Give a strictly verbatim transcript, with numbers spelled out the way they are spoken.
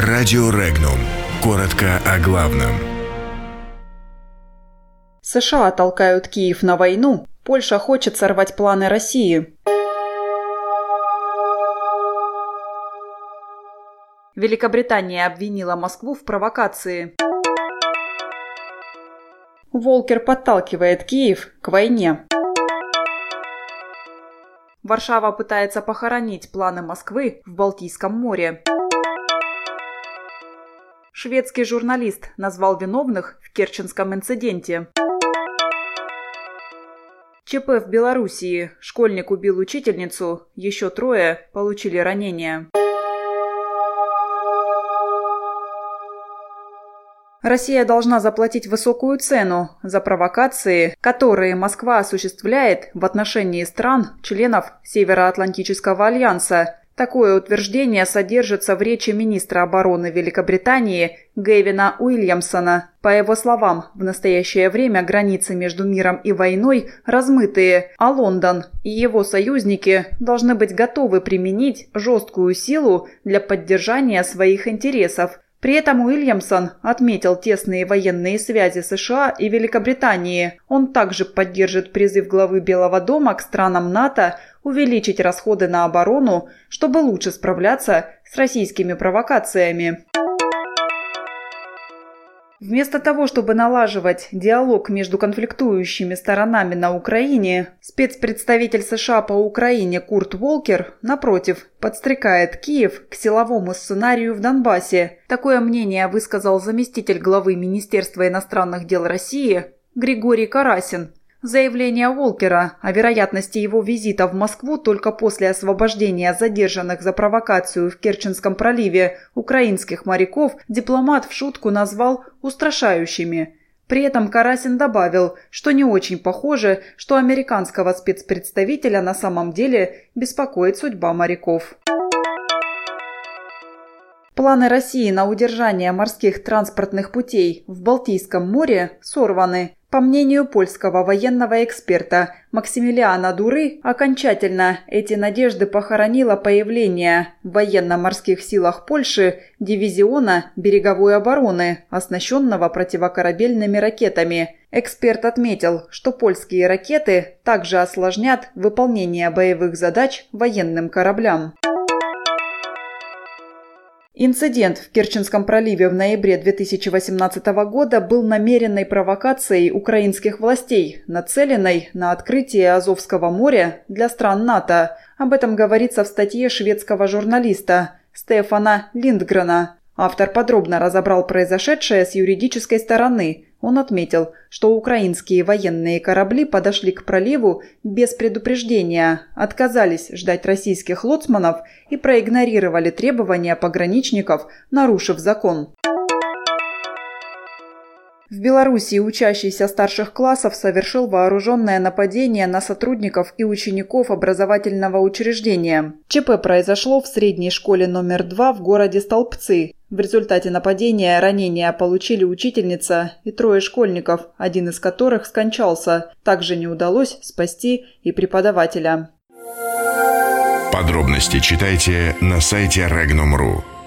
Радио Регнум. Коротко о главном. США толкают Киев на войну. Польша хочет сорвать планы России. Великобритания обвинила Москву в провокации. Волкер подталкивает Киев к войне. Варшава пытается похоронить планы Москвы в Балтийском море. Шведский журналист назвал виновных в Керченском инциденте. ЧП в Белоруссии. Школьник убил учительницу, еще трое получили ранения. Россия должна заплатить высокую цену за провокации, которые Москва осуществляет в отношении стран, членов Североатлантического альянса. Такое утверждение содержится в речи министра обороны Великобритании Гэвина Уильямсона. По его словам, в настоящее время границы между миром и войной размытые, а Лондон и его союзники должны быть готовы применить жесткую силу для поддержания своих интересов. При этом Уильямсон отметил тесные военные связи США и Великобритании. Он также поддержит призыв главы Белого дома к странам НАТО увеличить расходы на оборону, чтобы лучше справляться с российскими провокациями. Вместо того, чтобы налаживать диалог между конфликтующими сторонами на Украине, спецпредставитель США по Украине Курт Волкер, напротив, подстрекает Киев к силовому сценарию в Донбассе. Такое мнение высказал заместитель главы Министерства иностранных дел России Григорий Карасин. Заявление Волкера о вероятности его визита в Москву только после освобождения задержанных за провокацию в Керченском проливе украинских моряков дипломат в шутку назвал устрашающими. При этом Карасин добавил, что не очень похоже, что американского спецпредставителя на самом деле беспокоит судьба моряков. Планы России на удержание морских транспортных путей в Балтийском море сорваны. По мнению польского военного эксперта Максимилиана Дуры, окончательно эти надежды похоронило появление в военно-морских силах Польши дивизиона береговой обороны, оснащенного противокорабельными ракетами. Эксперт отметил, что польские ракеты также осложнят выполнение боевых задач военным кораблям. Инцидент в Керченском проливе в ноябре две тысячи восемнадцатого года был намеренной провокацией украинских властей, нацеленной на открытие Азовского моря для стран НАТО. Об этом говорится в статье шведского журналиста Стефана Линдгрена. Автор подробно разобрал произошедшее с юридической стороны. Он отметил, что украинские военные корабли подошли к проливу без предупреждения, отказались ждать российских лоцманов и проигнорировали требования пограничников, нарушив закон. В Белоруссии учащийся старших классов совершил вооруженное нападение на сотрудников и учеников образовательного учреждения. ЧП произошло в средней школе номер два в городе Столбцы. В результате нападения ранения получили учительница и трое школьников, один из которых скончался. Также не удалось спасти и преподавателя. Подробности читайте на сайте регнум точка ру.